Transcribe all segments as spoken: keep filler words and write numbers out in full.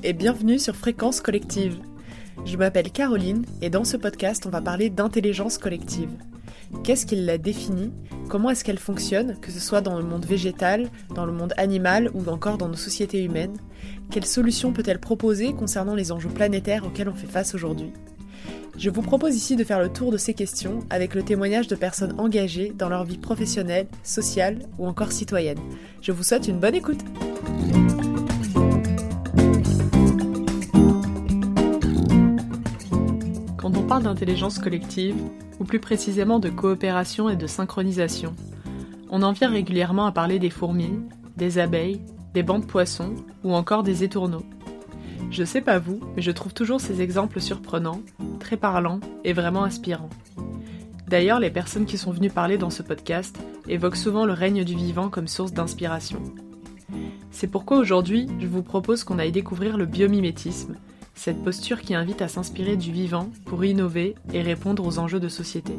et bienvenue sur Fréquence Collective. Je m'appelle Caroline et dans ce podcast, on va parler d'intelligence collective. Qu'est-ce qui la définit ? Comment est-ce qu'elle fonctionne, que ce soit dans le monde végétal, dans le monde animal ou encore dans nos sociétés humaines ? Quelles solutions peut-elle proposer concernant les enjeux planétaires auxquels on fait face aujourd'hui ? Je vous propose ici de faire le tour de ces questions avec le témoignage de personnes engagées dans leur vie professionnelle, sociale ou encore citoyenne. Je vous souhaite une bonne écoute. Quand on parle d'intelligence collective, ou plus précisément de coopération et de synchronisation, on en vient régulièrement à parler des fourmis, des abeilles, des bancs de poissons ou encore des étourneaux. Je sais pas vous, mais je trouve toujours ces exemples surprenants, très parlants et vraiment inspirants. D'ailleurs, les personnes qui sont venues parler dans ce podcast évoquent souvent le règne du vivant comme source d'inspiration. C'est pourquoi aujourd'hui, je vous propose qu'on aille découvrir le biomimétisme, cette posture qui invite à s'inspirer du vivant pour innover et répondre aux enjeux de société.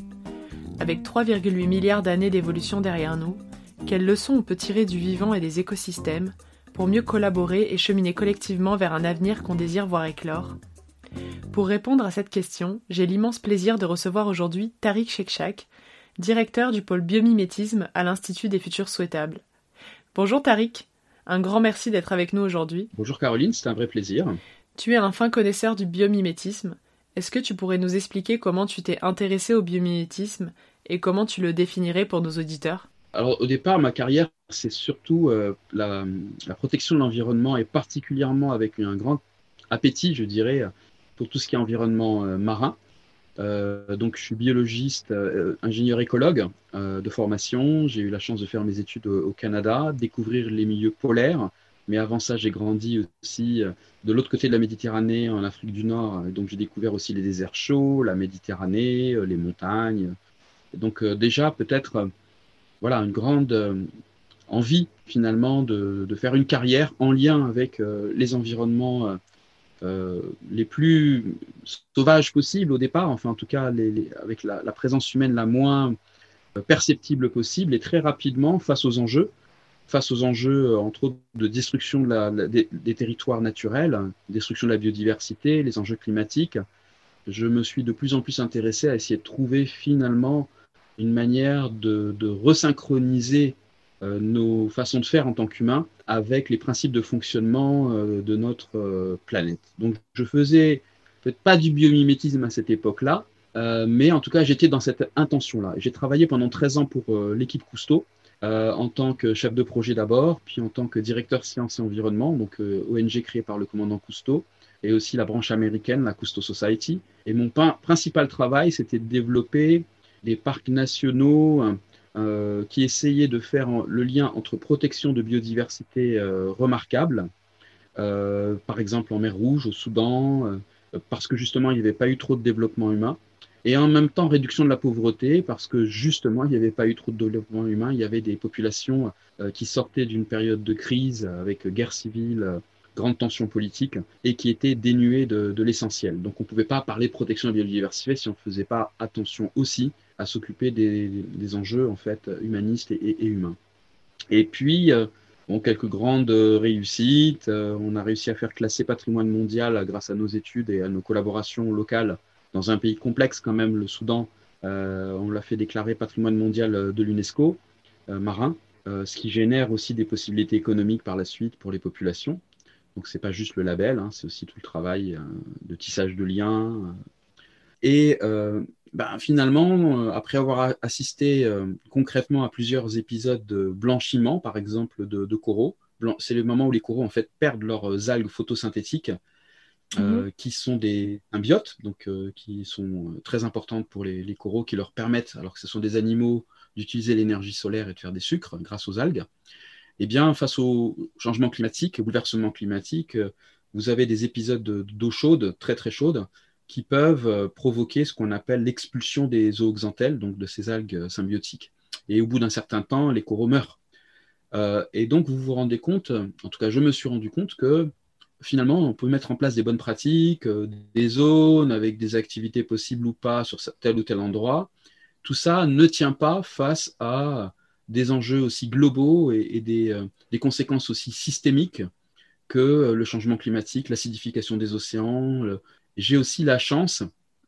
Avec trois virgule huit milliards d'années d'évolution derrière nous, quelles leçons on peut tirer du vivant et des écosystèmes pour mieux collaborer et cheminer collectivement vers un avenir qu'on désire voir éclore ? Pour répondre à cette question, j'ai l'immense plaisir de recevoir aujourd'hui Tariq Shekshak, directeur du pôle biomimétisme à l'Institut des Futurs Souhaitables. Bonjour Tariq, un grand merci d'être avec nous aujourd'hui. Bonjour Caroline, c'est un vrai plaisir. Tu es un fin connaisseur du biomimétisme. Est-ce que tu pourrais nous expliquer comment tu t'es intéressé au biomimétisme et comment tu le définirais pour nos auditeurs ? Alors au départ, ma carrière, c'est surtout euh, la, la protection de l'environnement et particulièrement avec un grand appétit, je dirais, pour tout ce qui est environnement euh, marin. Euh, donc je suis biologiste, euh, ingénieur écologue euh, de formation. J'ai eu la chance de faire mes études au, au Canada, découvrir les milieux polaires. Mais avant ça, j'ai grandi aussi euh, de l'autre côté de la Méditerranée, en Afrique du Nord. Donc j'ai découvert aussi les déserts chauds, la Méditerranée, euh, les montagnes. Et donc euh, déjà peut-être euh, voilà une grande euh, envie finalement de, de faire une carrière en lien avec euh, les environnements euh, euh, les plus sauvages possibles au départ, enfin en tout cas les, les, avec la, la présence humaine la moins euh, perceptible possible et très rapidement face aux enjeux, face aux enjeux entre autres de destruction de la, la, des, des territoires naturels, destruction de la biodiversité, les enjeux climatiques. Je me suis de plus en plus intéressé à essayer de trouver finalement une manière de, de resynchroniser euh, nos façons de faire en tant qu'humains avec les principes de fonctionnement euh, de notre euh, planète. Donc je faisais peut-être pas du biomimétisme à cette époque-là, euh, mais en tout cas j'étais dans cette intention-là. J'ai travaillé pendant treize ans pour euh, l'équipe Cousteau, euh, en tant que chef de projet d'abord, puis en tant que directeur sciences et environnement, donc euh, O N G créée par le commandant Cousteau, et aussi la branche américaine, la Cousteau Society. Et mon principal travail, c'était de développer des parcs nationaux euh, qui essayaient de faire le lien entre protection de biodiversité euh, remarquable, euh, par exemple en mer Rouge, au Soudan, euh, parce que justement il n'y avait pas eu trop de développement humain, et en même temps réduction de la pauvreté, parce que justement il n'y avait pas eu trop de développement humain, il y avait des populations euh, qui sortaient d'une période de crise avec guerre civile, euh, grande tension politique, et qui étaient dénuées de, de l'essentiel. Donc on ne pouvait pas parler de protection de la biodiversité si on ne faisait pas attention aussi à s'occuper des, des enjeux en fait humanistes et, et, et humains. Et puis, euh, bon, quelques grandes réussites. Euh, on a réussi à faire classer patrimoine mondial grâce à nos études et à nos collaborations locales dans un pays complexe quand même, le Soudan. Euh, on l'a fait déclarer patrimoine mondial de l'UNESCO euh, marin, euh, ce qui génère aussi des possibilités économiques par la suite pour les populations. Donc c'est pas juste le label, hein, c'est aussi tout le travail euh, de tissage de liens. Euh, et euh, ben, finalement, euh, après avoir assisté euh, concrètement à plusieurs épisodes de blanchiment, par exemple de, de coraux, blanc, c'est le moment où les coraux en fait perdent leurs algues photosynthétiques, euh, mmh. qui sont des symbiotes, donc euh, qui sont très importantes pour les, les coraux, qui leur permettent, alors que ce sont des animaux, d'utiliser l'énergie solaire et de faire des sucres grâce aux algues. Eh bien, face au changement climatique, au bouleversement climatique, vous avez des épisodes d'eau chaude, très très chaude, qui peuvent provoquer ce qu'on appelle l'expulsion des zooxanthelles, donc de ces algues symbiotiques. Et au bout d'un certain temps, les coraux meurent. Euh, et donc, vous vous rendez compte, en tout cas, je me suis rendu compte que finalement, on peut mettre en place des bonnes pratiques, des zones avec des activités possibles ou pas sur tel ou tel endroit. Tout ça ne tient pas face à des enjeux aussi globaux et, et des, euh, des conséquences aussi systémiques que le changement climatique, l'acidification des océans. Le... J'ai aussi la chance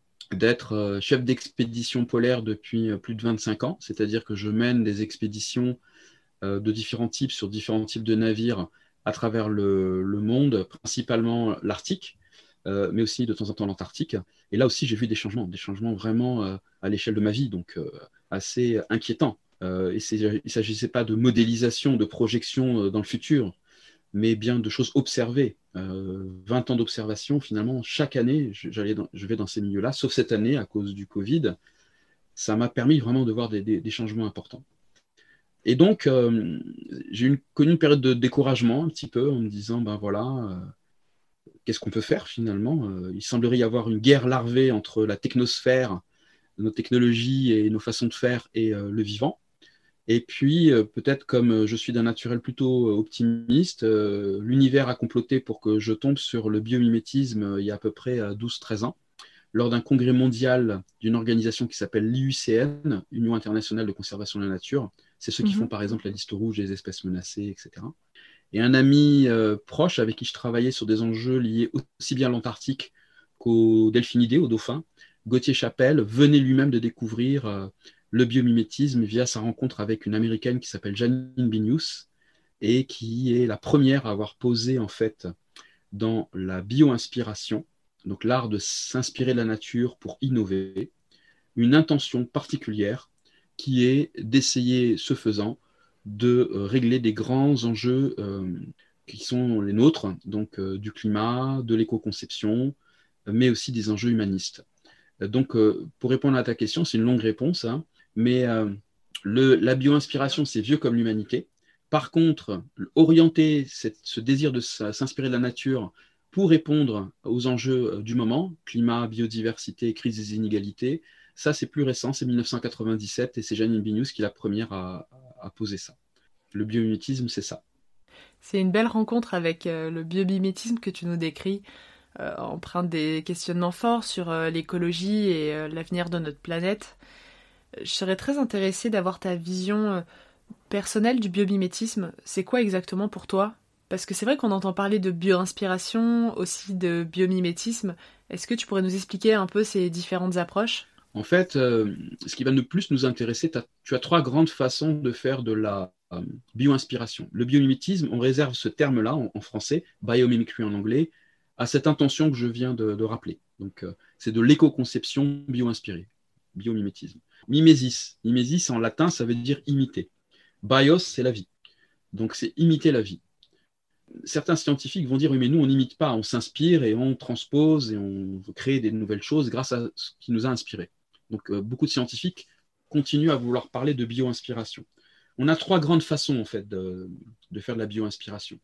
d'être chef d'expédition polaire depuis plus de vingt-cinq ans, c'est-à-dire que je mène des expéditions de différents types sur différents types de navires à travers le, le monde, principalement l'Arctique, euh, mais aussi de temps en temps l'Antarctique. Et là aussi, j'ai vu des changements, des changements vraiment euh, à l'échelle de ma vie, donc euh, assez inquiétants. Euh, et il ne s'agissait pas de modélisation, de projection dans le futur, mais bien de choses observées. Euh, vingt ans d'observation, finalement, chaque année, j'allais dans, je vais dans ces milieux-là, sauf cette année à cause du Covid. Ça m'a permis vraiment de voir des, des, des changements importants. Et donc, euh, j'ai une, connu une période de découragement un petit peu en me disant, ben voilà, euh, qu'est-ce qu'on peut faire finalement euh, Il semblerait y avoir une guerre larvée entre la technosphère, nos technologies et nos façons de faire et euh, le vivant. Et puis, euh, peut-être comme je suis d'un naturel plutôt optimiste, euh, l'univers a comploté pour que je tombe sur le biomimétisme euh, il y a à peu près douze treize ans, lors d'un congrès mondial d'une organisation qui s'appelle l'I U C N, Union internationale de conservation de la nature. C'est ceux qui mmh. font par exemple la liste rouge des espèces menacées, et cetera. Et un ami euh, proche avec qui je travaillais sur des enjeux liés aussi bien à l'Antarctique qu'aux delphinidés, aux dauphins, Gauthier Chapelle, venait lui-même de découvrir euh, le biomimétisme via sa rencontre avec une américaine qui s'appelle Janine Benyus et qui est la première à avoir posé en fait dans la bio-inspiration, donc l'art de s'inspirer de la nature pour innover, une intention particulière qui est d'essayer, ce faisant, de euh, régler des grands enjeux euh, qui sont les nôtres, donc euh, du climat, de l'éco-conception, mais aussi des enjeux humanistes. Donc, euh, pour répondre à ta question, c'est une longue réponse, hein, mais euh, le, la bio-inspiration, c'est vieux comme l'humanité. Par contre, orienter cette, ce désir de s'inspirer de la nature pour répondre aux enjeux du moment, climat, biodiversité, crise des inégalités, ça, c'est plus récent, c'est mille neuf cent quatre-vingt-dix-sept et c'est Janine Benyus qui est la première à, à poser ça. Le biomimétisme, c'est ça. C'est une belle rencontre avec euh, le biomimétisme que tu nous décris, euh, empreinte des questionnements forts sur euh, l'écologie et euh, l'avenir de notre planète. Je serais très intéressée d'avoir ta vision euh, personnelle du biomimétisme. C'est quoi exactement pour toi ? Parce que c'est vrai qu'on entend parler de bio-inspiration, aussi de biomimétisme. Est-ce que tu pourrais nous expliquer un peu ces différentes approches ? En fait, euh, ce qui va le plus nous intéresser, tu as trois grandes façons de faire de la euh, bio-inspiration. Le biomimétisme, on réserve ce terme-là en, en français, biomimicry en anglais, à cette intention que je viens de, de rappeler. Donc, euh, c'est de l'éco-conception bio-inspirée, biomimétisme. Mimésis, mimésis en latin, ça veut dire imiter. Bios, c'est la vie. Donc, c'est imiter la vie. Certains scientifiques vont dire, oui, mais nous, on n'imite pas, on s'inspire et on transpose et on crée des nouvelles choses grâce à ce qui nous a inspirés. Donc, euh, beaucoup de scientifiques continuent à vouloir parler de bio-inspiration. On a trois grandes façons, en fait, de, de faire de la bio-inspiration.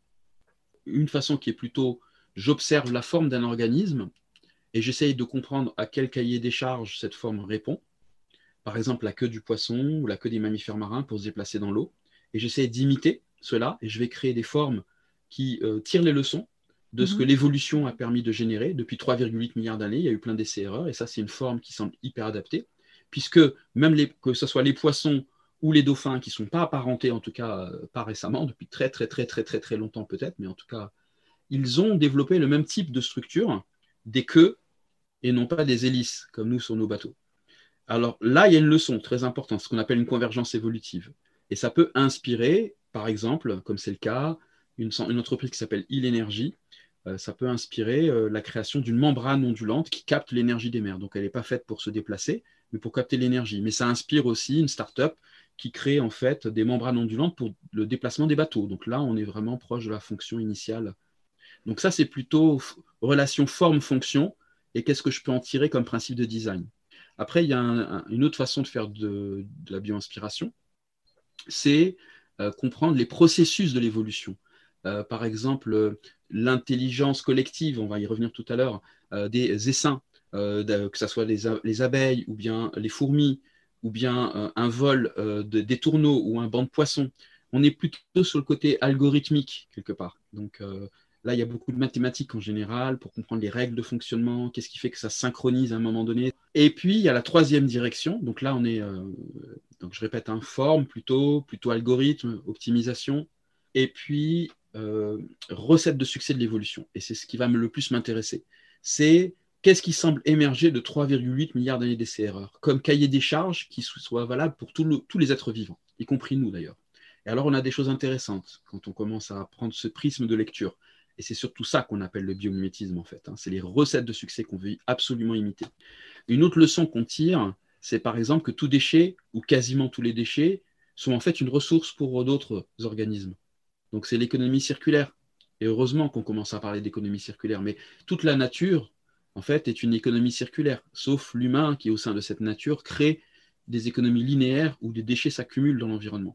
Une façon qui est plutôt, j'observe la forme d'un organisme et j'essaye de comprendre à quel cahier des charges cette forme répond. Par exemple, la queue du poisson ou la queue des mammifères marins pour se déplacer dans l'eau. Et j'essaye d'imiter cela et je vais créer des formes qui euh, tirent les leçons de ce mmh. que l'évolution a permis de générer. Depuis trois virgule huit milliards d'années, il y a eu plein d'essais-erreurs, et ça, c'est une forme qui semble hyper adaptée, puisque même les, que ce soit les poissons ou les dauphins, qui ne sont pas apparentés, en tout cas euh, pas récemment, depuis très très très très très très longtemps peut-être, mais en tout cas, ils ont développé le même type de structure, des queues, et non pas des hélices, comme nous sur nos bateaux. Alors là, il y a une leçon très importante, ce qu'on appelle une convergence évolutive. Et ça peut inspirer, par exemple, comme c'est le cas, Une, une entreprise qui s'appelle Il Energy, euh, ça peut inspirer euh, la création d'une membrane ondulante qui capte l'énergie des mers. Donc, elle n'est pas faite pour se déplacer, mais pour capter l'énergie. Mais ça inspire aussi une start-up qui crée en fait des membranes ondulantes pour le déplacement des bateaux. Donc là, on est vraiment proche de la fonction initiale. Donc ça, c'est plutôt relation forme-fonction et qu'est-ce que je peux en tirer comme principe de design. Après, il y a un, un, une autre façon de faire de, de la bio-inspiration, c'est euh, comprendre les processus de l'évolution. Euh, par exemple, euh, l'intelligence collective, on va y revenir tout à l'heure, euh, des essaims, euh, de, que ce soit les, les abeilles ou bien les fourmis, ou bien euh, un vol euh, de, des tourneaux ou un banc de poissons. On est plutôt sur le côté algorithmique, quelque part. Donc euh, là, il y a beaucoup de mathématiques en général pour comprendre les règles de fonctionnement, qu'est-ce qui fait que ça synchronise à un moment donné. Et puis, il y a la troisième direction. Donc là, on est, euh, donc je répète, hein, forme plutôt, plutôt algorithme, optimisation. Et puis, euh, recette de succès de l'évolution. Et c'est ce qui va me, le plus m'intéresser. C'est qu'est-ce qui semble émerger de trois virgule huit milliards d'années d'essais-erreurs, comme cahier des charges qui soit valable pour tout le, tous les êtres vivants, y compris nous d'ailleurs. Et alors on a des choses intéressantes quand on commence à prendre ce prisme de lecture. Et c'est surtout ça qu'on appelle le biomimétisme en fait. Hein. C'est les recettes de succès qu'on veut absolument imiter. Une autre leçon qu'on tire, c'est par exemple que tout déchet, ou quasiment tous les déchets, sont en fait une ressource pour d'autres organismes. Donc c'est l'économie circulaire. Et heureusement qu'on commence à parler d'économie circulaire. Mais toute la nature, en fait, est une économie circulaire. Sauf l'humain qui, au sein de cette nature, crée des économies linéaires où des déchets s'accumulent dans l'environnement.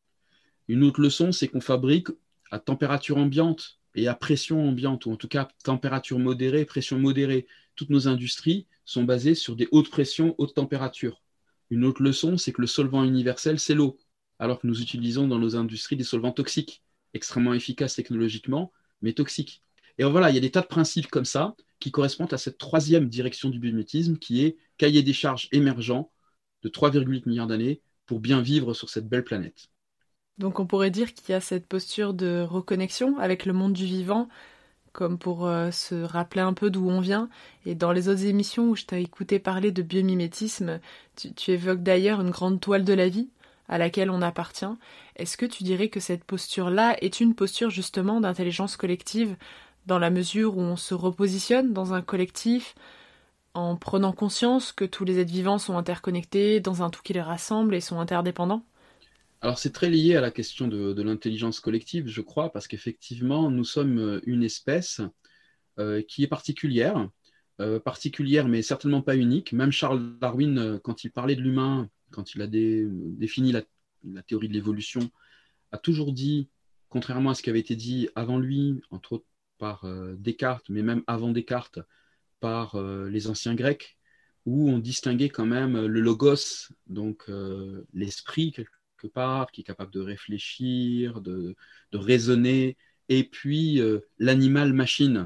Une autre leçon, c'est qu'on fabrique à température ambiante et à pression ambiante, ou en tout cas température modérée, pression modérée. Toutes nos industries sont basées sur des hautes pressions, hautes températures. Une autre leçon, c'est que le solvant universel, c'est l'eau, alors que nous utilisons dans nos industries des solvants toxiques, extrêmement efficaces technologiquement, mais toxiques. Et voilà, il y a des tas de principes comme ça qui correspondent à cette troisième direction du biomimétisme, qui est cahier des charges émergent de trois virgule huit milliards d'années pour bien vivre sur cette belle planète. Donc on pourrait dire qu'il y a cette posture de reconnexion avec le monde du vivant, comme pour euh, se rappeler un peu d'où on vient. Et dans les autres émissions où je t'ai écouté parler de biomimétisme, tu, tu évoques d'ailleurs une grande toile de la vie à laquelle on appartient. Est-ce que tu dirais que cette posture-là est une posture justement d'intelligence collective, dans la mesure où on se repositionne dans un collectif, en prenant conscience que tous les êtres vivants sont interconnectés dans un tout qui les rassemble et sont interdépendants ? Alors c'est très lié à la question de, de l'intelligence collective, je crois, parce qu'effectivement, nous sommes une espèce euh, qui est particulière, euh, particulière mais certainement pas unique. Même Charles Darwin, euh, quand il parlait de l'humain, quand il a dé, défini la, la théorie de l'évolution, a toujours dit, contrairement à ce qui avait été dit avant lui, entre autres par euh, Descartes, mais même avant Descartes, par euh, les anciens Grecs, où on distinguait quand même le logos, donc euh, l'esprit, quelque part, qui est capable de réfléchir, de, de raisonner, et puis euh, l'animal-machine,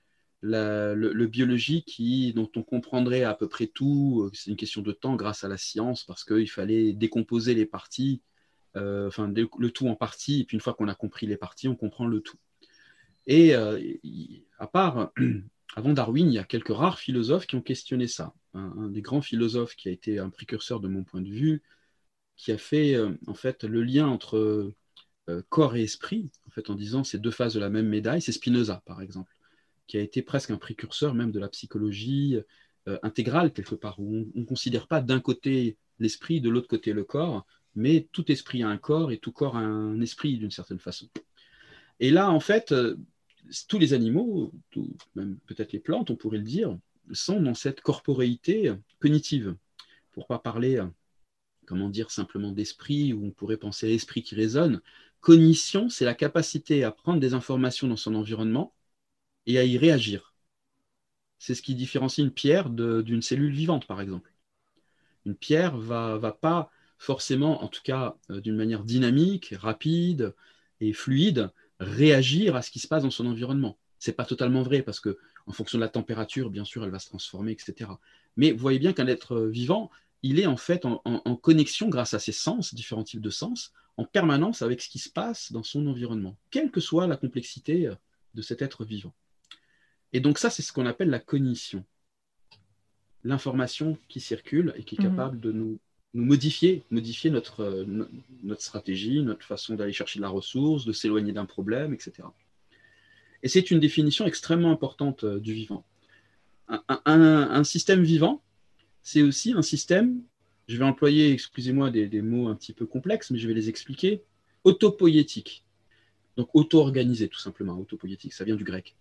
la, le, le biologique qui, dont on comprendrait à peu près tout, c'est une question de temps grâce à la science, parce qu'il fallait décomposer les parties, euh, enfin le tout en parties, et puis une fois qu'on a compris les parties, on comprend le tout. Et euh, à part, avant Darwin, il y a quelques rares philosophes qui ont questionné ça. Un, un des grands philosophes qui a été un précurseur de mon point de vue, qui a fait euh, en fait le lien entre euh, corps et esprit, en fait en disant ces deux faces de la même médaille, c'est Spinoza par exemple, qui a été presque un précurseur même de la psychologie euh, intégrale quelque part, où on ne considère pas d'un côté l'esprit, de l'autre côté le corps, mais tout esprit a un corps et tout corps a un esprit d'une certaine façon. Et là en fait, euh, tous les animaux, tout, même peut-être les plantes, on pourrait le dire, sont dans cette corporéité cognitive, pour ne pas parler comment dire simplement d'esprit, où on pourrait penser à l'esprit qui résonne. Cognition, c'est la capacité à prendre des informations dans son environnement et à y réagir. C'est ce qui différencie une pierre de, d'une cellule vivante, par exemple. Une pierre va, va pas forcément, en tout cas euh, d'une manière dynamique, rapide et fluide, réagir à ce qui se passe dans son environnement. Ce n'est pas totalement vrai, parce que en fonction de la température, bien sûr, elle va se transformer, et cetera. Mais vous voyez bien qu'un être vivant, il est en fait en, en, en connexion grâce à ses sens, différents types de sens, en permanence avec ce qui se passe dans son environnement, quelle que soit la complexité de cet être vivant. Et donc ça, c'est ce qu'on appelle la cognition. L'information qui circule et qui est capable mmh. de nous, nous modifier, modifier notre, notre stratégie, notre façon d'aller chercher de la ressource, de s'éloigner d'un problème, et cetera. Et c'est une définition extrêmement importante du vivant. Un, un, un système vivant, c'est aussi un système, je vais employer, excusez-moi, des, des mots un petit peu complexes, mais je vais les expliquer, autopoïétique. Donc auto-organisé, tout simplement, autopoïétique, ça vient du grec.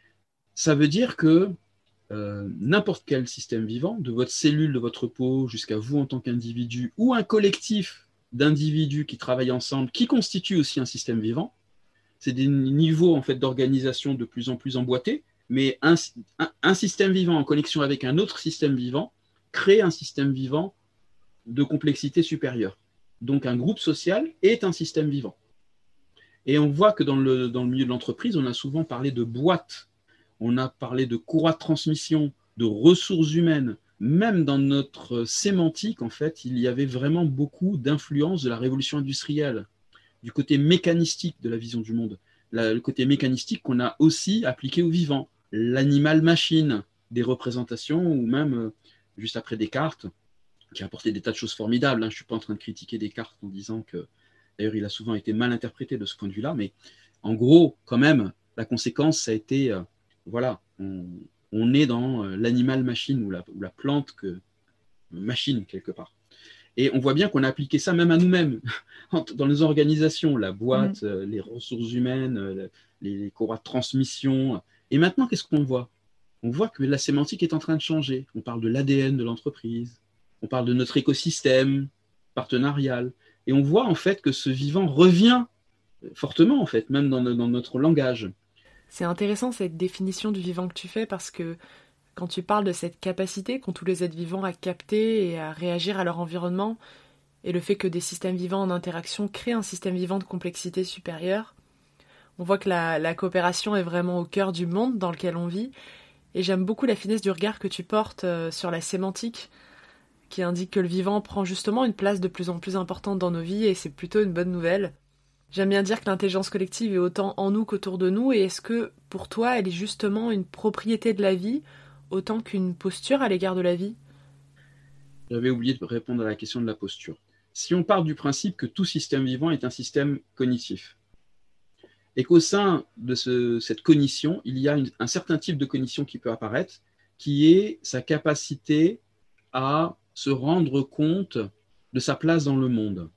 Ça veut dire que euh, n'importe quel système vivant, de votre cellule, de votre peau, jusqu'à vous en tant qu'individu, ou un collectif d'individus qui travaillent ensemble, qui constitue aussi un système vivant, c'est des niveaux en fait, d'organisation de plus en plus emboîtés, mais un, un, un système vivant en connexion avec un autre système vivant crée un système vivant de complexité supérieure. Donc un groupe social est un système vivant. Et on voit que dans le, dans le milieu de l'entreprise, on a souvent parlé de boîtes, on a parlé de courroie de transmission, de ressources humaines. Même dans notre sémantique, en fait, il y avait vraiment beaucoup d'influence de la révolution industrielle, du côté mécanistique de la vision du monde. la, le côté mécanistique qu'on a aussi appliqué au vivant. L'animal-machine, des représentations, ou même, euh, juste après Descartes, qui a apporté des tas de choses formidables. Hein. Je ne suis pas en train de critiquer Descartes en disant que, d'ailleurs, il a souvent été mal interprété de ce point de vue-là, mais en gros, quand même, la conséquence, ça a été, euh, voilà, on, on est dans euh, l'animal-machine ou la, ou la plante que, machine, quelque part. Et on voit bien qu'on a appliqué ça même à nous-mêmes, dans les organisations, la boîte, mmh. euh, les ressources humaines, euh, les, les courroies de transmission. Et maintenant, qu'est-ce qu'on voit? On voit que la sémantique est en train de changer. On parle de l'A D N de l'entreprise, on parle de notre écosystème partenarial, et on voit en fait que ce vivant revient fortement, en fait, même dans, dans notre langage. C'est intéressant cette définition du vivant que tu fais, parce que quand tu parles de cette capacité qu'ont tous les êtres vivants à capter et à réagir à leur environnement, et le fait que des systèmes vivants en interaction créent un système vivant de complexité supérieure, on voit que la, la coopération est vraiment au cœur du monde dans lequel on vit, et j'aime beaucoup la finesse du regard que tu portes euh, sur la sémantique, qui indique que le vivant prend justement une place de plus en plus importante dans nos vies, et c'est plutôt une bonne nouvelle. J'aime bien dire que l'intelligence collective est autant en nous qu'autour de nous, et est-ce que, pour toi, elle est justement une propriété de la vie, autant qu'une posture à l'égard de la vie? J'avais oublié de répondre à la question de la posture. Si on part du principe que tout système vivant est un système cognitif, et qu'au sein de ce, cette cognition, il y a une, un certain type de cognition qui peut apparaître, qui est sa capacité à se rendre compte de sa place dans le monde,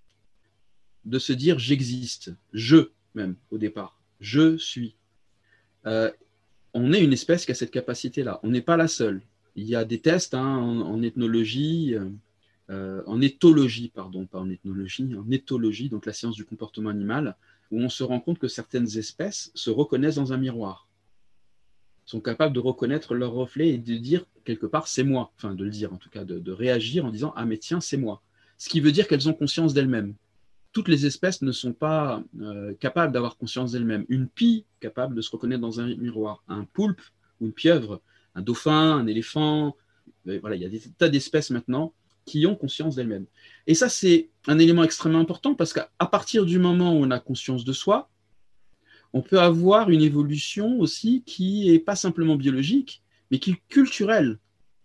de se dire j'existe, je même au départ, je suis. Euh, on est une espèce qui a cette capacité-là, on n'est pas la seule. Il y a des tests hein, en, en ethnologie, euh, en éthologie, pardon, pas en ethnologie, en éthologie, donc la science du comportement animal, où on se rend compte que certaines espèces se reconnaissent dans un miroir, sont capables de reconnaître leur reflet et de dire quelque part c'est moi, enfin de le dire en tout cas, de, de réagir en disant ah mais tiens c'est moi, ce qui veut dire qu'elles ont conscience d'elles-mêmes. Toutes les espèces ne sont pas euh, capables d'avoir conscience d'elles-mêmes. Une pie capable de se reconnaître dans un miroir, un poulpe ou une pieuvre, un dauphin, un éléphant, euh, voilà, il y a des tas d'espèces maintenant qui ont conscience d'elles-mêmes. Et ça, c'est un élément extrêmement important parce qu'à partir du moment où on a conscience de soi, on peut avoir une évolution aussi qui n'est pas simplement biologique, mais qui est culturelle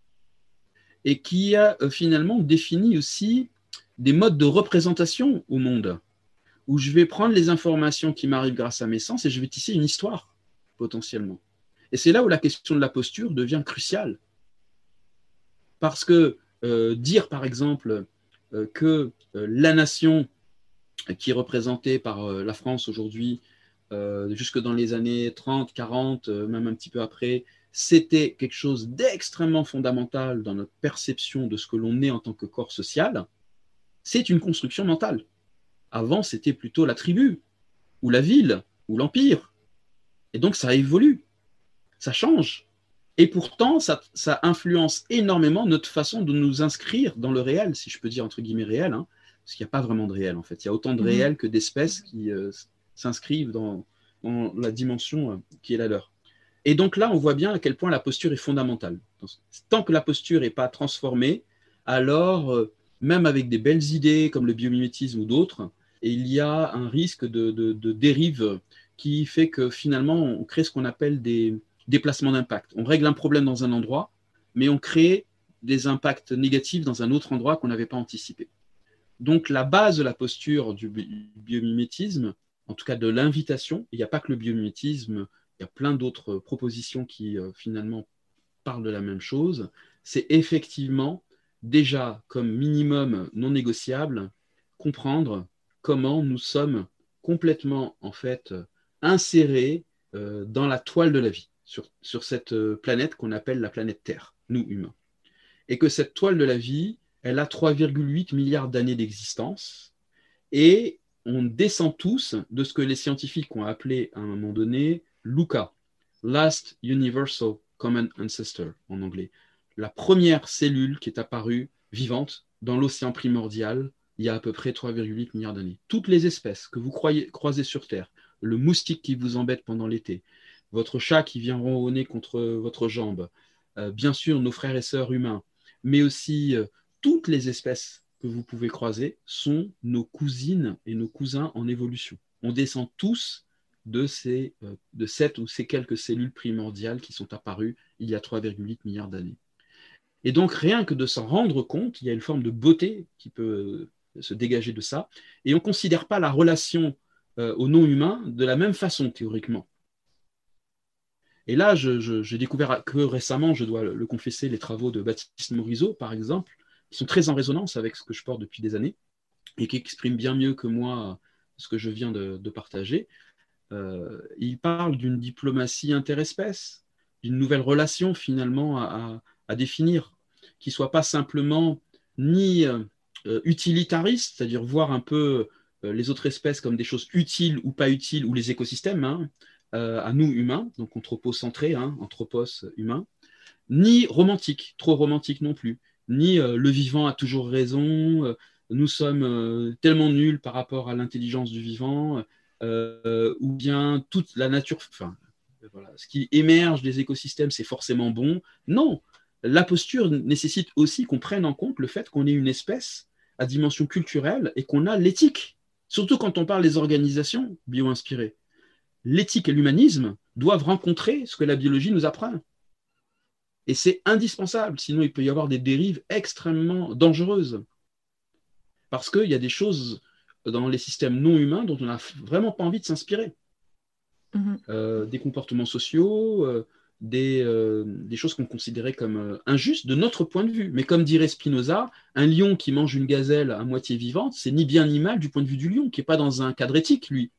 et qui a euh, finalement défini aussi des modes de représentation au monde, où je vais prendre les informations qui m'arrivent grâce à mes sens et je vais tisser une histoire, potentiellement. Et c'est là où la question de la posture devient cruciale. Parce que euh, dire, par exemple, euh, que euh, la nation qui est représentée par euh, la France aujourd'hui, euh, jusque dans les années trente, quarante, euh, même un petit peu après, c'était quelque chose d'extrêmement fondamental dans notre perception de ce que l'on est en tant que corps social, c'est une construction mentale. Avant, c'était plutôt la tribu, ou la ville, ou l'empire. Et donc, ça évolue, ça change. Et pourtant, ça, ça influence énormément notre façon de nous inscrire dans le réel, si je peux dire entre guillemets réel, hein, parce qu'il n'y a pas vraiment de réel, en fait. Il y a autant de réel que d'espèces qui euh, s'inscrivent dans, dans la dimension euh, qui est la leur. Et donc là, on voit bien à quel point la posture est fondamentale. Tant que la posture n'est pas transformée, alors... Euh, même avec des belles idées comme le biomimétisme ou d'autres, et il y a un risque de, de, de dérive qui fait que finalement on crée ce qu'on appelle des déplacements d'impact. On règle un problème dans un endroit, mais on crée des impacts négatifs dans un autre endroit qu'on n'avait pas anticipé. Donc la base de la posture du biomimétisme, en tout cas de l'invitation, il n'y a pas que le biomimétisme, il y a plein d'autres propositions qui euh, finalement parlent de la même chose, c'est effectivement déjà, comme minimum non négociable, comprendre comment nous sommes complètement, en fait, insérés euh, dans la toile de la vie, sur, sur cette planète qu'on appelle la planète Terre, nous humains. Et que cette toile de la vie, elle a trois virgule huit milliards d'années d'existence, et on descend tous de ce que les scientifiques ont appelé à un moment donné LUCA, Last Universal Common Ancestor en anglais. La première cellule qui est apparue vivante dans l'océan primordial il y a à peu près trois virgule huit milliards d'années. Toutes les espèces que vous croyez, croisez sur Terre, le moustique qui vous embête pendant l'été, votre chat qui vient ronronner contre votre jambe, euh, bien sûr nos frères et sœurs humains, mais aussi euh, toutes les espèces que vous pouvez croiser sont nos cousines et nos cousins en évolution. On descend tous de, ces, euh, de cette ou ces quelques cellules primordiales qui sont apparues il y a trois virgule huit milliards d'années. Et donc, rien que de s'en rendre compte, il y a une forme de beauté qui peut se dégager de ça. Et on ne considère pas la relation euh, au non-humain de la même façon, théoriquement. Et là, je, je, j'ai découvert que récemment, je dois le confesser, les travaux de Baptiste Morisot, par exemple, qui sont très en résonance avec ce que je porte depuis des années et qui expriment bien mieux que moi ce que je viens de, de partager. Euh, il parle d'une diplomatie interespèce, d'une nouvelle relation finalement à, à, à définir, qui ne soit pas simplement ni euh, utilitariste, c'est-à-dire voir un peu euh, les autres espèces comme des choses utiles ou pas utiles, ou les écosystèmes, hein, euh, à nous humains, donc anthropocentrés, hein, anthropos humain, ni romantique, trop romantique non plus, ni euh, le vivant a toujours raison, euh, nous sommes euh, tellement nuls par rapport à l'intelligence du vivant, euh, ou bien toute la nature, enfin, voilà, ce qui émerge des écosystèmes, c'est forcément bon. Non, la posture nécessite aussi qu'on prenne en compte le fait qu'on est une espèce à dimension culturelle et qu'on a l'éthique, surtout quand on parle des organisations bio-inspirées. L'éthique et l'humanisme doivent rencontrer ce que la biologie nous apprend. Et c'est indispensable, sinon il peut y avoir des dérives extrêmement dangereuses. Parce qu'il y a des choses dans les systèmes non humains dont on n'a vraiment pas envie de s'inspirer. Mmh. Euh, des comportements sociaux, euh, des, euh, des choses qu'on considérait comme euh, injustes de notre point de vue. Mais comme dirait Spinoza, un lion qui mange une gazelle à moitié vivante, c'est ni bien ni mal du point de vue du lion, qui n'est pas dans un cadre éthique, lui.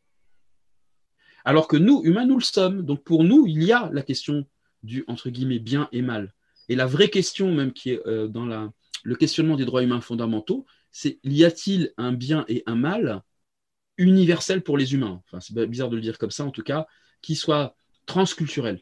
Alors que nous, humains, nous le sommes. Donc pour nous, il y a la question du, entre guillemets, bien et mal. Et la vraie question même qui est euh, dans la, le questionnement des droits humains fondamentaux, c'est y a-t-il un bien et un mal universel pour les humains, enfin, c'est bizarre de le dire comme ça en tout cas, qui soit transculturel,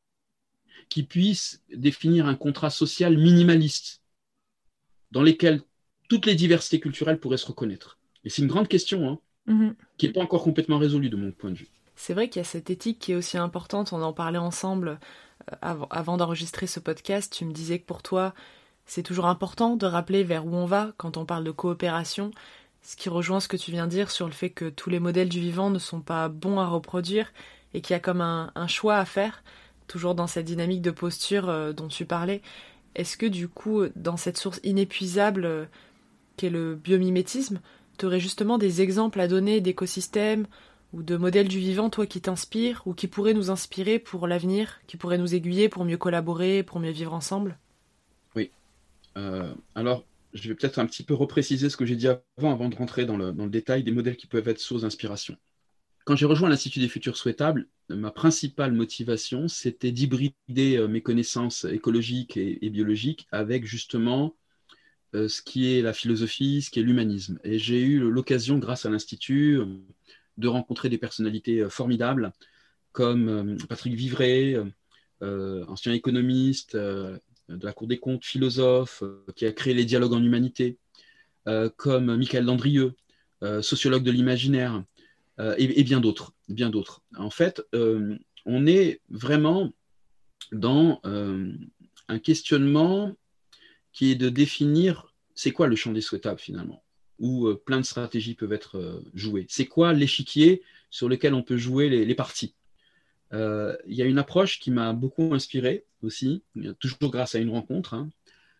qui puisse définir un contrat social minimaliste dans lequel toutes les diversités culturelles pourraient se reconnaître. Et c'est une grande question hein, mm-hmm. qui n'est pas encore complètement résolue de mon point de vue. C'est vrai qu'il y a cette éthique qui est aussi importante, on en parlait ensemble euh, avant, avant d'enregistrer ce podcast, tu me disais que pour toi, c'est toujours important de rappeler vers où on va quand on parle de coopération, ce qui rejoint ce que tu viens de dire sur le fait que tous les modèles du vivant ne sont pas bons à reproduire et qu'il y a comme un, un choix à faire, toujours dans cette dynamique de posture euh, dont tu parlais. Est-ce que du coup, dans cette source inépuisable euh, qu'est le biomimétisme, tu aurais justement des exemples à donner d'écosystèmes ou de modèles du vivant, toi, qui t'inspirent ou qui pourraient nous inspirer pour l'avenir, qui pourraient nous aiguiller pour mieux collaborer, pour mieux vivre ensemble ? Oui. Euh, alors, je vais peut-être un petit peu repréciser ce que j'ai dit avant, avant de rentrer dans le, dans le détail des modèles qui peuvent être source d'inspiration. Quand j'ai rejoint l'Institut des Futurs Souhaitables, ma principale motivation, c'était d'hybrider mes connaissances écologiques et, et biologiques avec justement euh, ce qui est la philosophie, ce qui est l'humanisme. Et j'ai eu l'occasion, grâce à l'Institut, de rencontrer des personnalités formidables comme euh, Patrick Vivray, euh, ancien économiste, euh, de la Cour des comptes, philosophe, euh, qui a créé les dialogues en humanité, euh, comme Michael Landrieux, euh, sociologue de l'imaginaire, euh, et, et bien d'autres, bien d'autres. En fait, euh, on est vraiment dans euh, un questionnement qui est de définir c'est quoi le champ des souhaitables finalement, où euh, plein de stratégies peuvent être euh, jouées. C'est quoi l'échiquier sur lequel on peut jouer les, les parties. Euh, il y a une approche qui m'a beaucoup inspiré aussi, toujours grâce à une rencontre. Hein.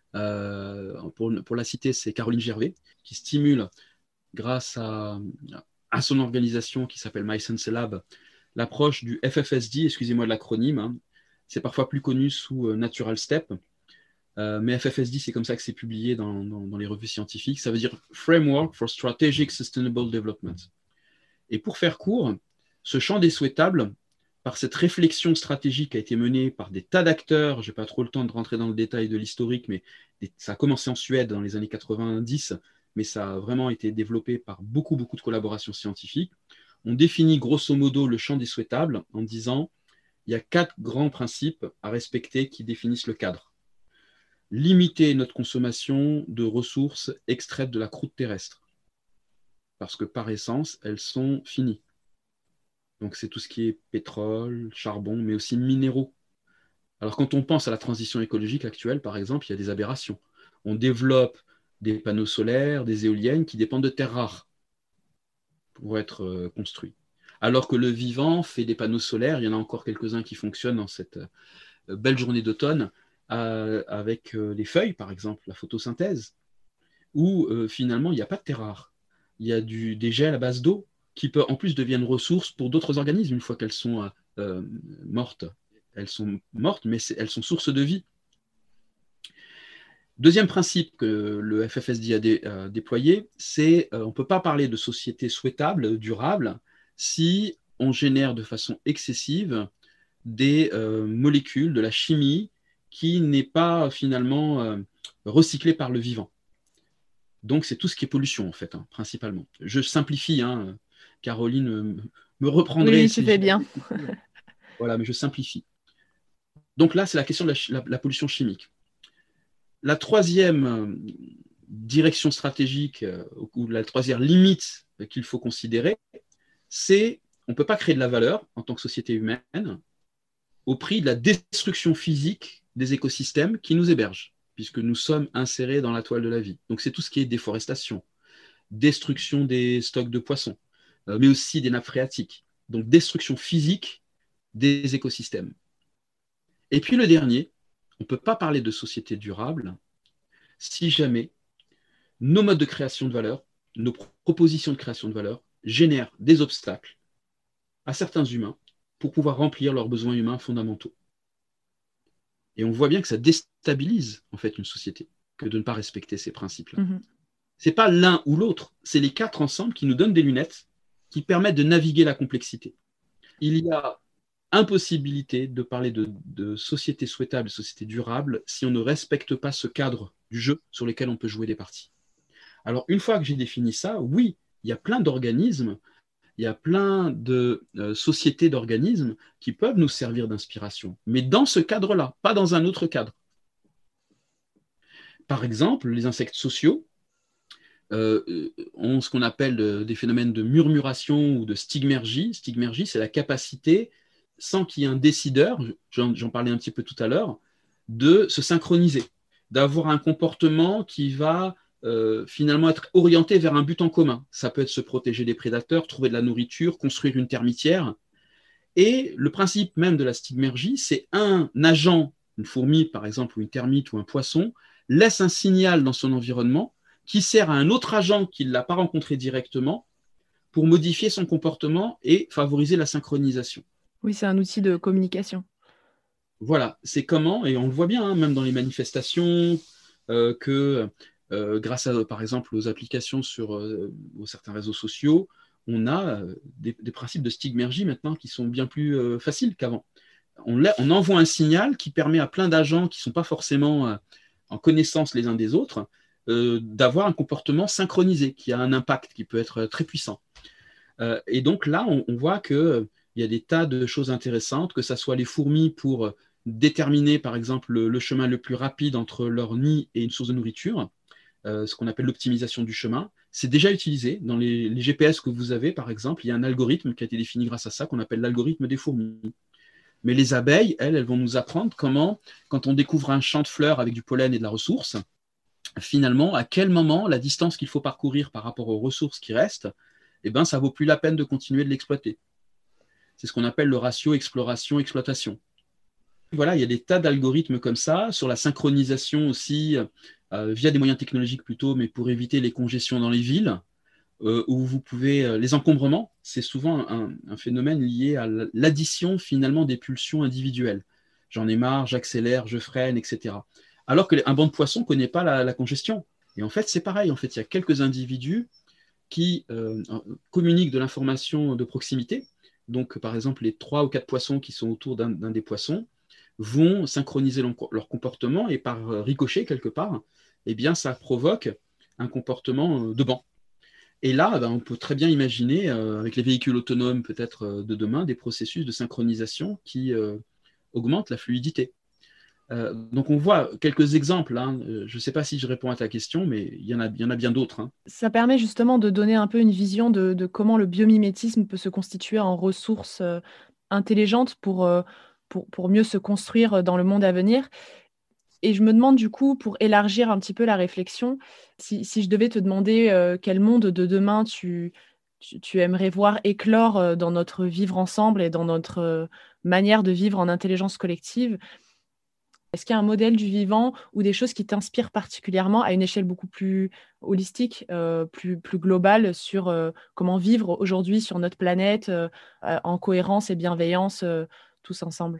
Euh, pour, pour la citer, c'est Caroline Gervais, qui stimule, grâce à, à son organisation qui s'appelle My Sense Lab, l'approche du F F S D, excusez-moi de l'acronyme, hein. C'est parfois plus connu sous euh, Natural Step, euh, mais F F S D, c'est comme ça que c'est publié dans, dans, dans les revues scientifiques, ça veut dire Framework for Strategic Sustainable Development. Et pour faire court, ce champ des souhaitables, par cette réflexion stratégique qui a été menée par des tas d'acteurs, je n'ai pas trop le temps de rentrer dans le détail de l'historique, mais ça a commencé en Suède dans les années quatre-vingt-dix, mais ça a vraiment été développé par beaucoup, beaucoup de collaborations scientifiques. On définit grosso modo le champ des souhaitables en disant il y a quatre grands principes à respecter qui définissent le cadre. Limiter notre consommation de ressources extraites de la croûte terrestre, parce que par essence, elles sont finies. Donc c'est tout ce qui est pétrole, charbon, mais aussi minéraux. Alors quand on pense à la transition écologique actuelle, par exemple, il y a des aberrations. On développe des panneaux solaires, des éoliennes qui dépendent de terres rares pour être euh, construits. Alors que le vivant fait des panneaux solaires, il y en a encore quelques-uns qui fonctionnent en cette euh, belle journée d'automne, euh, avec euh, les feuilles, par exemple, la photosynthèse, où euh, finalement, il n'y a pas de terre rare. Il y a du, des gels à base d'eau qui, peut, en plus, deviennent ressources pour d'autres organismes une fois qu'elles sont euh, mortes. Elles sont mortes, mais elles sont source de vie. Deuxième principe que le F F S D a, dé, a déployé, c'est euh, on ne peut pas parler de société souhaitable, durable, si on génère de façon excessive des euh, molécules, de la chimie, qui n'est pas finalement euh, recyclée par le vivant. Donc c'est tout ce qui est pollution, en fait, hein, principalement. Je simplifie, hein, Caroline me, me reprendrait. Oui, si tu fais bien. Voilà, mais je simplifie. Donc là, c'est la question de la, la, la pollution chimique. La troisième direction stratégique ou la troisième limite qu'il faut considérer, c'est on ne peut pas créer de la valeur en tant que société humaine au prix de la destruction physique des écosystèmes qui nous hébergent, puisque nous sommes insérés dans la toile de la vie. Donc c'est tout ce qui est déforestation, destruction des stocks de poissons, mais aussi des nappes phréatiques. Donc destruction physique des écosystèmes. Et puis le dernier, on ne peut pas parler de société durable si jamais nos modes de création de valeur, nos propositions de création de valeur génèrent des obstacles à certains humains pour pouvoir remplir leurs besoins humains fondamentaux. Et on voit bien que ça déstabilise en fait une société que de ne pas respecter ces principes-là. Mm-hmm. Ce n'est pas l'un ou l'autre, c'est les quatre ensemble qui nous donnent des lunettes qui permettent de naviguer la complexité. Il y a impossibilité de parler de, de société souhaitable, société durable, si on ne respecte pas ce cadre du jeu sur lequel on peut jouer des parties. Alors, une fois que j'ai défini ça, oui, il y a plein d'organismes, il y a plein de euh, sociétés d'organismes qui peuvent nous servir d'inspiration, mais dans ce cadre-là, pas dans un autre cadre. Par exemple, les insectes sociaux euh, ont ce qu'on appelle de, des phénomènes de murmuration ou de stigmergie. Stigmergie, c'est la capacité, sans qu'il y ait un décideur, j'en, j'en parlais un petit peu tout à l'heure, de se synchroniser, d'avoir un comportement qui va euh, finalement être orienté vers un but en commun. Ça peut être se protéger des prédateurs, trouver de la nourriture, construire une termitière. Et le principe même de la stigmergie, c'est un agent, une fourmi par exemple, ou une termite ou un poisson, laisse un signal dans son environnement qui sert à un autre agent qui ne l'a pas rencontré directement pour modifier son comportement et favoriser la synchronisation. Oui, c'est un outil de communication. Voilà, c'est comment, et on le voit bien, hein, même dans les manifestations, euh, que euh, grâce à, par exemple, aux applications sur euh, certains réseaux sociaux, on a euh, des, des principes de stigmergie maintenant qui sont bien plus euh, faciles qu'avant. On, on envoie un signal qui permet à plein d'agents qui ne sont pas forcément euh, en connaissance les uns des autres euh, d'avoir un comportement synchronisé, qui a un impact qui peut être très puissant. Euh, et donc là, on, on voit que il y a des tas de choses intéressantes, que ce soit les fourmis pour déterminer, par exemple, le, le chemin le plus rapide entre leur nid et une source de nourriture, euh, ce qu'on appelle l'optimisation du chemin. C'est déjà utilisé dans les, les G P S que vous avez, par exemple. Il y a un algorithme qui a été défini grâce à ça, qu'on appelle l'algorithme des fourmis. Mais les abeilles, elles, elles vont nous apprendre comment, quand on découvre un champ de fleurs avec du pollen et de la ressource, finalement, à quel moment la distance qu'il faut parcourir par rapport aux ressources qui restent, eh ben, ça ne vaut plus la peine de continuer de l'exploiter. C'est ce qu'on appelle le ratio exploration-exploitation. Voilà, il y a des tas d'algorithmes comme ça, sur la synchronisation aussi, euh, via des moyens technologiques plutôt, mais pour éviter les congestions dans les villes, euh, où vous pouvez... Euh, les encombrements, c'est souvent un, un phénomène lié à l'addition finalement des pulsions individuelles. J'en ai marre, j'accélère, je freine, et cetera. Alors qu'un banc de poissons ne connaît pas la, la congestion. Et en fait, c'est pareil. En fait, il y a quelques individus qui euh, communiquent de l'information de proximité. Donc, par exemple, les trois ou quatre poissons qui sont autour d'un, d'un des poissons vont synchroniser leur, leur comportement et par ricochet, quelque part, eh bien, ça provoque un comportement de banc. Et là, ben, on peut très bien imaginer, euh, avec les véhicules autonomes peut-être euh, de demain, des processus de synchronisation qui euh, augmentent la fluidité. Euh, donc on voit quelques exemples, hein. Je ne sais pas si je réponds à ta question, mais il y en a, il y en a bien d'autres. Hein. Ça permet justement de donner un peu une vision de, de comment le biomimétisme peut se constituer en ressources euh, intelligentes pour, euh, pour, pour mieux se construire dans le monde à venir. Et je me demande du coup, pour élargir un petit peu la réflexion, si, si je devais te demander euh, quel monde de demain tu, tu, tu aimerais voir éclore euh, dans notre vivre ensemble et dans notre euh, manière de vivre en intelligence collective? Est-ce qu'il y a un modèle du vivant ou des choses qui t'inspirent particulièrement à une échelle beaucoup plus holistique, euh, plus, plus globale sur euh, comment vivre aujourd'hui sur notre planète euh, euh, en cohérence et bienveillance euh, tous ensemble?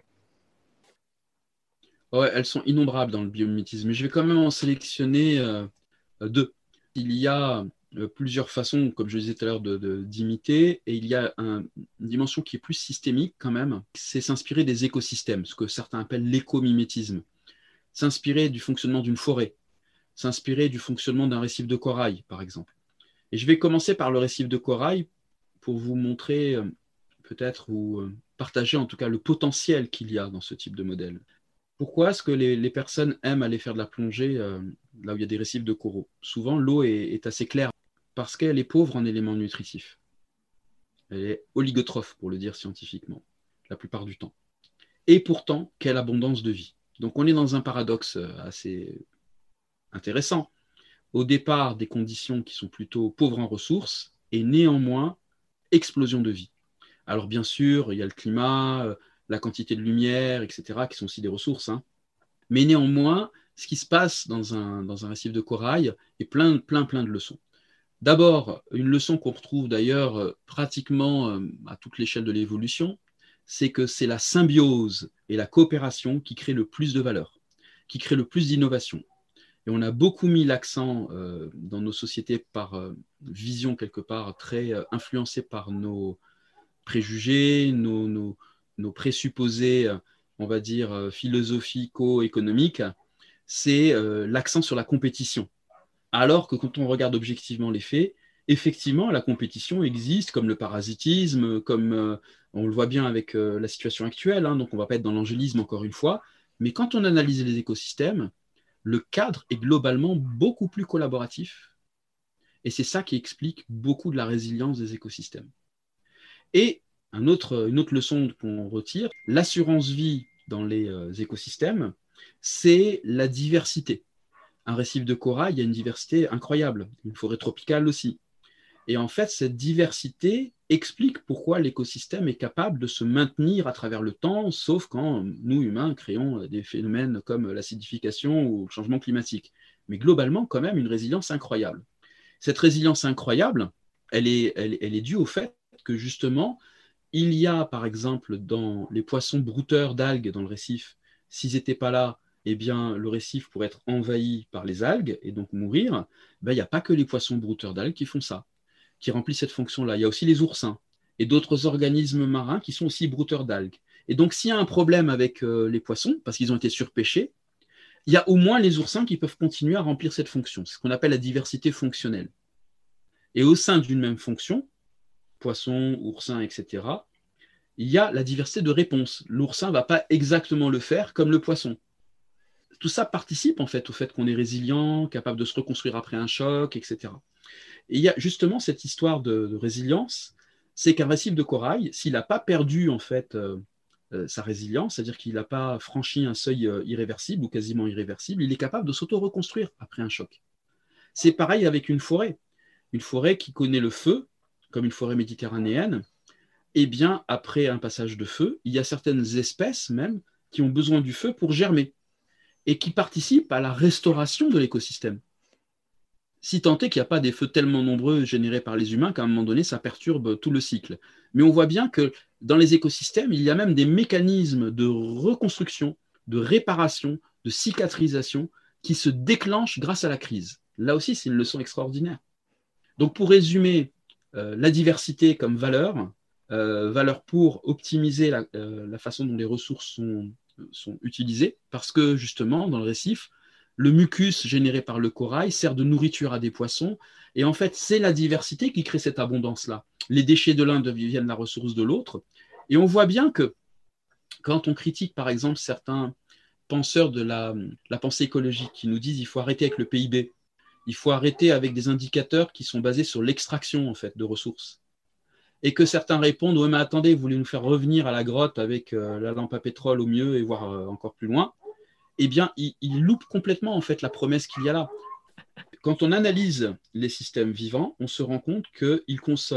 Ouais, elles sont innombrables dans le biomimétisme, mais je vais quand même en sélectionner euh, deux. Il y a euh, plusieurs façons, comme je le disais tout à l'heure, de, de- d'imiter, et il y a un- une dimension qui est plus systémique quand même, c'est s'inspirer des écosystèmes, ce que certains appellent l'écomimétisme. S'inspirer du fonctionnement d'une forêt, s'inspirer du fonctionnement d'un récif de corail, par exemple. Et je vais commencer par le récif de corail pour vous montrer euh, peut-être ou euh, partager en tout cas le potentiel qu'il y a dans ce type de modèle. Pourquoi est-ce que les, les personnes aiment aller faire de la plongée euh, là où il y a des récifs de coraux? Souvent, l'eau est, est assez claire parce qu'elle est pauvre en éléments nutritifs. Elle est oligotrophe, pour le dire scientifiquement, la plupart du temps. Et pourtant, quelle abondance de vie. Donc on est dans un paradoxe euh, assez intéressant. Au départ, des conditions qui sont plutôt pauvres en ressources et néanmoins explosion de vie. Alors bien sûr, il y a le climat, euh, la quantité de lumière, et cetera, qui sont aussi des ressources, hein. Mais néanmoins, ce qui se passe dans un, dans un récif de corail est plein, plein, plein de leçons. D'abord, une leçon qu'on retrouve d'ailleurs euh, pratiquement euh, à toute l'échelle de l'évolution, c'est que c'est la symbiose et la coopération qui créent le plus de valeur, qui créent le plus d'innovation. Et on a beaucoup mis l'accent euh, dans nos sociétés par euh, vision quelque part très euh, influencée par nos préjugés, nos, nos, nos présupposés, euh, on va dire, euh, philosophico-économiques, c'est euh, l'accent sur la compétition. Alors que quand on regarde objectivement les faits, effectivement, la compétition existe, comme le parasitisme, comme euh, on le voit bien avec euh, la situation actuelle, hein, donc on ne va pas être dans l'angélisme encore une fois, mais quand on analyse les écosystèmes, le cadre est globalement beaucoup plus collaboratif, et c'est ça qui explique beaucoup de la résilience des écosystèmes. Et un autre, une autre leçon qu'on retire, l'assurance vie dans les euh, écosystèmes, c'est la diversité. Un récif de corail, il y a une diversité incroyable, une forêt tropicale aussi. Et en fait, cette diversité explique pourquoi l'écosystème est capable de se maintenir à travers le temps, sauf quand nous, humains, créons des phénomènes comme l'acidification ou le changement climatique. Mais globalement, quand même, une résilience incroyable. Cette résilience incroyable, elle est, elle, elle est due au fait que justement, il y a, par exemple, dans les poissons brouteurs d'algues dans le récif, s'ils n'étaient pas là, eh bien, le récif pourrait être envahi par les algues et donc mourir. Ben, il n'y a pas que les poissons brouteurs d'algues qui font ça, qui remplissent cette fonction-là. Il y a aussi les oursins et d'autres organismes marins qui sont aussi brouteurs d'algues. Et donc, s'il y a un problème avec euh, les poissons, parce qu'ils ont été surpêchés, il y a au moins les oursins qui peuvent continuer à remplir cette fonction. C'est ce qu'on appelle la diversité fonctionnelle. Et au sein d'une même fonction, poissons, oursins, et cetera, il y a la diversité de réponses. L'oursin ne va pas exactement le faire comme le poisson. Tout ça participe en fait au fait qu'on est résilient, capable de se reconstruire après un choc, et cetera. Et il y a justement cette histoire de, de résilience, c'est qu'un récif de corail, s'il n'a pas perdu en fait euh, euh, sa résilience, c'est-à-dire qu'il n'a pas franchi un seuil euh, irréversible ou quasiment irréversible, il est capable de s'auto-reconstruire après un choc. C'est pareil avec une forêt. Une forêt qui connaît le feu, comme une forêt méditerranéenne, eh bien, après un passage de feu, il y a certaines espèces même qui ont besoin du feu pour germer et qui participent à la restauration de l'écosystème. Si tant est qu'il n'y a pas des feux tellement nombreux générés par les humains qu'à un moment donné, ça perturbe tout le cycle. Mais on voit bien que dans les écosystèmes, il y a même des mécanismes de reconstruction, de réparation, de cicatrisation qui se déclenchent grâce à la crise. Là aussi, c'est une leçon extraordinaire. Donc, pour résumer, euh, la diversité comme valeur, euh, valeur pour optimiser la, euh, la façon dont les ressources sont, sont utilisées, parce que justement, dans le récif, le mucus généré par le corail sert de nourriture à des poissons, et en fait, c'est la diversité qui crée cette abondance-là. Les déchets de l'un deviennent la ressource de l'autre, et on voit bien que quand on critique, par exemple, certains penseurs de la, la pensée écologique qui nous disent qu'il faut arrêter avec le P I B, il faut arrêter avec des indicateurs qui sont basés sur l'extraction en fait, de ressources. Et que certains répondent, ouais, mais attendez, vous voulez nous faire revenir à la grotte avec euh, la lampe à pétrole au mieux et voir euh, encore plus loin. Eh bien, ils, ils loupent complètement en fait la promesse qu'il y a là. Quand on analyse les systèmes vivants, on se rend compte qu'ils consomment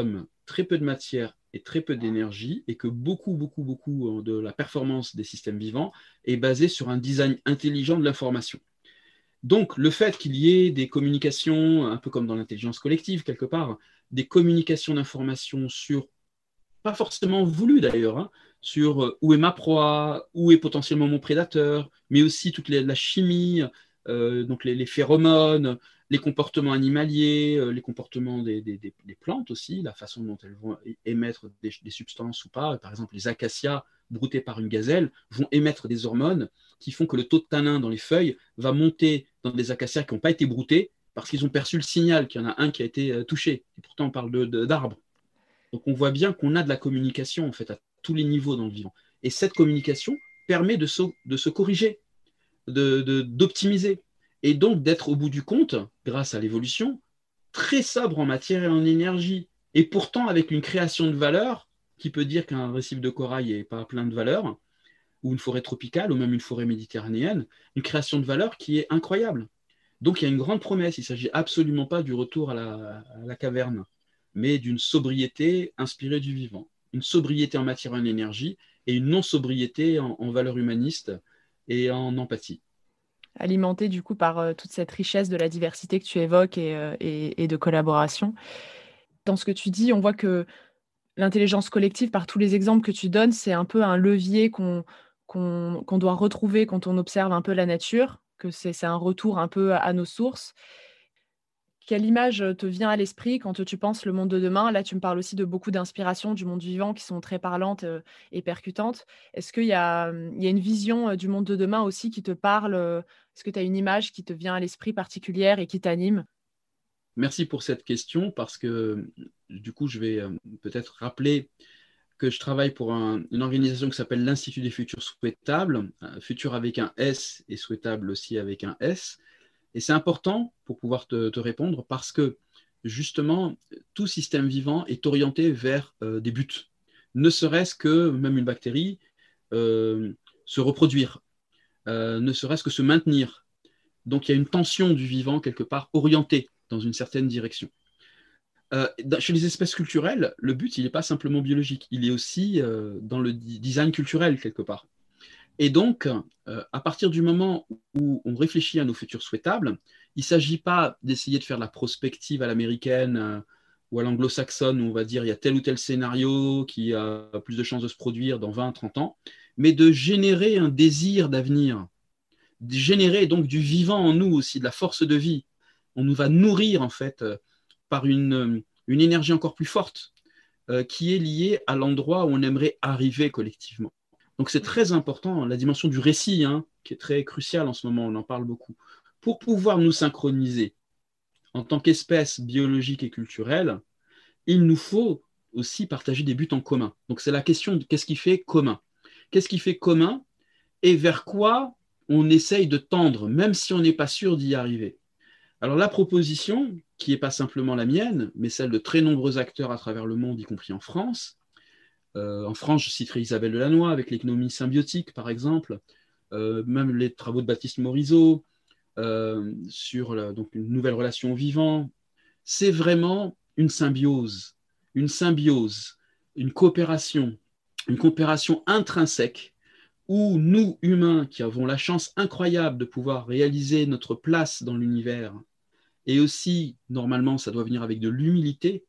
très peu de matière et très peu d'énergie, et que beaucoup, beaucoup, beaucoup de la performance des systèmes vivants est basée sur un design intelligent de l'information. Donc, le fait qu'il y ait des communications, un peu comme dans l'intelligence collective, quelque part, des communications d'informations sur, pas forcément voulues d'ailleurs, hein, sur où est ma proie, où est potentiellement mon prédateur, mais aussi toute les, la chimie, euh, donc les, les phéromones, les comportements animaliers, euh, les comportements des, des, des, des plantes aussi, la façon dont elles vont émettre des, des substances ou pas. Par exemple, les acacias broutés par une gazelle vont émettre des hormones qui font que le taux de tanin dans les feuilles va monter dans des acacias qui n'ont pas été broutés parce qu'ils ont perçu le signal qu'il y en a un qui a été touché. Et pourtant, on parle de, de, d'arbres. Donc, on voit bien qu'on a de la communication en fait à tous les niveaux dans le vivant. Et cette communication permet de se, de se corriger, de, de, d'optimiser, et donc d'être au bout du compte, grâce à l'évolution, très sobre en matière et en énergie, et pourtant avec une création de valeur qui peut dire qu'un récif de corail n'est pas plein de valeur, ou une forêt tropicale, ou même une forêt méditerranéenne, une création de valeur qui est incroyable. Donc il y a une grande promesse, il ne s'agit absolument pas du retour à la, à la caverne, mais d'une sobriété inspirée du vivant, une sobriété en matière et en énergie, et une non-sobriété en, en valeurs humanistes et en empathie. Alimenté du coup par euh, toute cette richesse de la diversité que tu évoques et, euh, et, et de collaboration. Dans ce que tu dis, on voit que l'intelligence collective, par tous les exemples que tu donnes, c'est un peu un levier qu'on, qu'on, qu'on doit retrouver quand on observe un peu la nature, que c'est, c'est un retour un peu à, à nos sources. Quelle image te vient à l'esprit quand tu penses le monde de demain? Là, tu me parles aussi de beaucoup d'inspirations du monde vivant qui sont très parlantes euh, et percutantes. Est-ce qu'il y a, il y a une vision euh, du monde de demain aussi qui te parle? euh, Est-ce que tu as une image qui te vient à l'esprit particulière et qui t'anime? Merci pour cette question parce que du coup, je vais euh, peut-être rappeler que je travaille pour un, une organisation qui s'appelle l'Institut des futurs souhaitables, euh, futur avec un S et souhaitable aussi avec un S. Et c'est important pour pouvoir te, te répondre parce que justement, tout système vivant est orienté vers euh, des buts. Ne serait-ce que, même une bactérie, euh, se reproduire, euh, ne serait-ce que se maintenir. Donc il y a une tension du vivant quelque part orientée dans une certaine direction. Euh, chez les espèces culturelles, le but, il n'est pas simplement biologique, il est aussi euh, dans le design culturel quelque part. Et donc, euh, à partir du moment où on réfléchit à nos futurs souhaitables, il ne s'agit pas d'essayer de faire la prospective à l'américaine euh, ou à l'anglo-saxonne, où on va dire il y a tel ou tel scénario qui a plus de chances de se produire dans vingt, trente ans, mais de générer un désir d'avenir, de générer donc du vivant en nous aussi, de la force de vie. On nous va nourrir en fait euh, par une, une énergie encore plus forte euh, qui est liée à l'endroit où on aimerait arriver collectivement. Donc c'est très important, la dimension du récit, hein, qui est très cruciale en ce moment, on en parle beaucoup. Pour pouvoir nous synchroniser en tant qu'espèce biologique et culturelle, il nous faut aussi partager des buts en commun. Donc c'est la question de qu'est-ce qui fait commun? Qu'est-ce qui fait commun et vers quoi on essaye de tendre, même si on n'est pas sûr d'y arriver? Alors la proposition, qui n'est pas simplement la mienne, mais celle de très nombreux acteurs à travers le monde, y compris en France, Euh, en France, je citerai Isabelle Delannoy avec l'économie symbiotique, par exemple, euh, même les travaux de Baptiste Morisot euh, sur la, donc une nouvelle relation au vivant. C'est vraiment une symbiose, une symbiose, une coopération, une coopération intrinsèque où nous, humains, qui avons la chance incroyable de pouvoir réaliser notre place dans l'univers, et aussi, normalement, ça doit venir avec de l'humilité,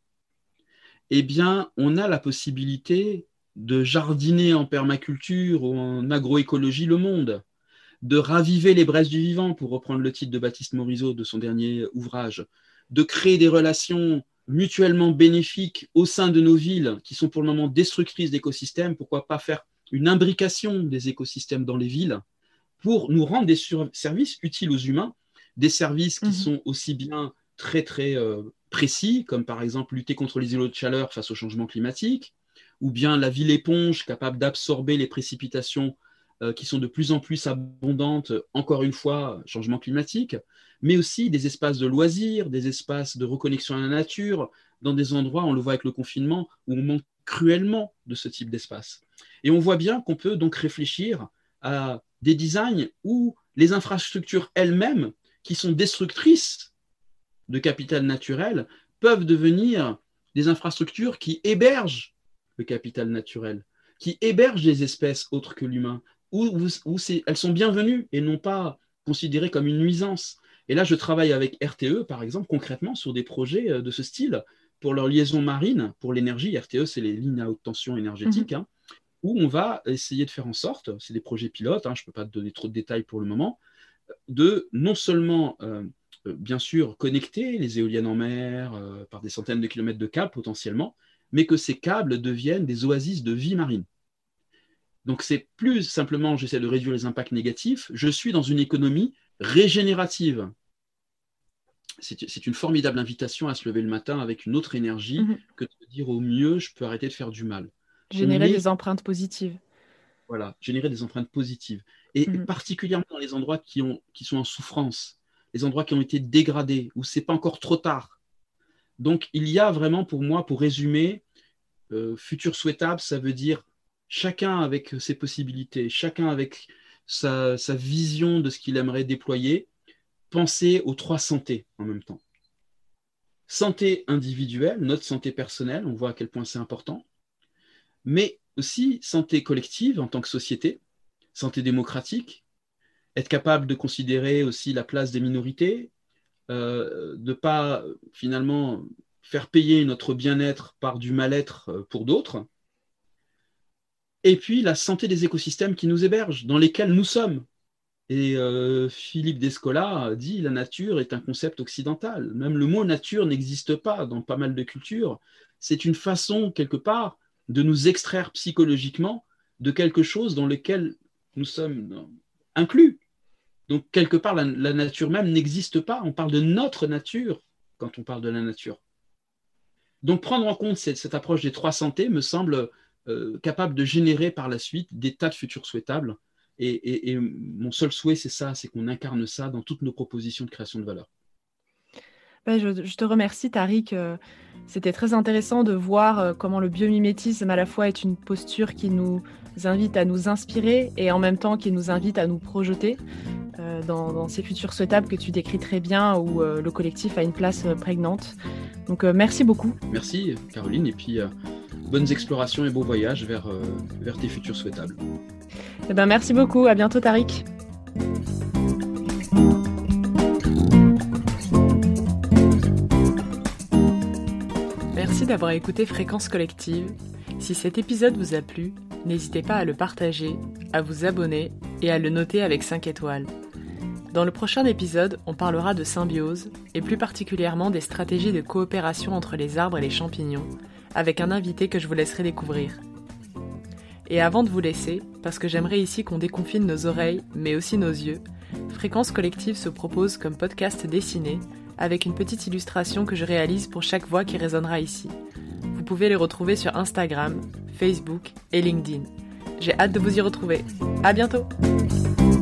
eh bien, on a la possibilité de jardiner en permaculture ou en agroécologie le monde, de raviver les braises du vivant, pour reprendre le titre de Baptiste Morisot de son dernier ouvrage, de créer des relations mutuellement bénéfiques au sein de nos villes qui sont pour le moment destructrices d'écosystèmes. Pourquoi pas faire une imbrication des écosystèmes dans les villes pour nous rendre des services utiles aux humains, des services qui mmh. sont aussi bien très très euh, précis, comme par exemple lutter contre les îlots de chaleur face au changement climatique, ou bien la ville éponge capable d'absorber les précipitations euh, qui sont de plus en plus abondantes, encore une fois, changement climatique, mais aussi des espaces de loisirs, des espaces de reconnexion à la nature, dans des endroits, on le voit avec le confinement, où on manque cruellement de ce type d'espace. Et on voit bien qu'on peut donc réfléchir à des designs où les infrastructures elles-mêmes, qui sont destructrices de capital naturel, peuvent devenir des infrastructures qui hébergent le capital naturel, qui hébergent des espèces autres que l'humain, où, où, où c'est, elles sont bienvenues et non pas considérées comme une nuisance. Et là, je travaille avec R T E, par exemple, concrètement, sur des projets de ce style, pour leur liaison marine, pour l'énergie. R T E, c'est les lignes à haute tension énergétique, mmh. hein, où on va essayer de faire en sorte, c'est des projets pilotes, hein, je ne peux pas te donner trop de détails pour le moment, de non seulement, euh, bien sûr, connecter les éoliennes en mer euh, par des centaines de kilomètres de câbles potentiellement, mais que ces câbles deviennent des oasis de vie marine. Donc, c'est plus simplement, j'essaie de réduire les impacts négatifs, je suis dans une économie régénérative. C'est, c'est une formidable invitation à se lever le matin avec une autre énergie mmh. que de dire au mieux, je peux arrêter de faire du mal. Générer est... des empreintes positives. Voilà, générer des empreintes positives. Et, mmh. et particulièrement dans les endroits qui, ont, qui sont en souffrance, les endroits qui ont été dégradés, où ce n'est pas encore trop tard. Donc, il y a vraiment pour moi, pour résumer, euh, futur souhaitable, ça veut dire chacun avec ses possibilités, chacun avec sa, sa vision de ce qu'il aimerait déployer, penser aux trois santés en même temps. Santé individuelle, notre santé personnelle, on voit à quel point c'est important, mais aussi santé collective en tant que société, santé démocratique, être capable de considérer aussi la place des minorités, euh, de ne pas finalement faire payer notre bien-être par du mal-être pour d'autres, et puis la santé des écosystèmes qui nous hébergent, dans lesquels nous sommes. Et euh, Philippe Descola dit « la nature est un concept occidental ». Même le mot « nature » n'existe pas dans pas mal de cultures. C'est une façon, quelque part, de nous extraire psychologiquement de quelque chose dans lequel nous sommes inclus. Donc, quelque part, la, la nature même n'existe pas. On parle de notre nature quand on parle de la nature. Donc, prendre en compte cette, cette approche des trois santés me semble euh, capable de générer par la suite des tas de futurs souhaitables. Et, et, et mon seul souhait, c'est ça, c'est qu'on incarne ça dans toutes nos propositions de création de valeur. Ben, je, je te remercie, Tariq. C'était très intéressant de voir comment le biomimétisme, à la fois, est une posture qui nous invite à nous inspirer et en même temps qui nous invite à nous projeter euh, dans, dans ces futurs souhaitables que tu décris très bien, où euh, le collectif a une place euh, prégnante. Donc, euh, merci beaucoup. Merci, Caroline. Et puis, euh, bonnes explorations et beaux voyages vers, euh, vers tes futurs souhaitables. Eh ben, merci beaucoup. À bientôt, Tariq. Merci d'avoir écouté Fréquence Collective. Si cet épisode vous a plu, n'hésitez pas à le partager, à vous abonner et à le noter avec cinq étoiles. Dans le prochain épisode, on parlera de symbiose et plus particulièrement des stratégies de coopération entre les arbres et les champignons, avec un invité que je vous laisserai découvrir. Et avant de vous laisser, parce que j'aimerais ici qu'on déconfine nos oreilles, mais aussi nos yeux, Fréquence Collective se propose comme podcast dessiné, avec une petite illustration que je réalise pour chaque voix qui résonnera ici. Vous pouvez les retrouver sur Instagram, Facebook et LinkedIn. J'ai hâte de vous y retrouver. À bientôt!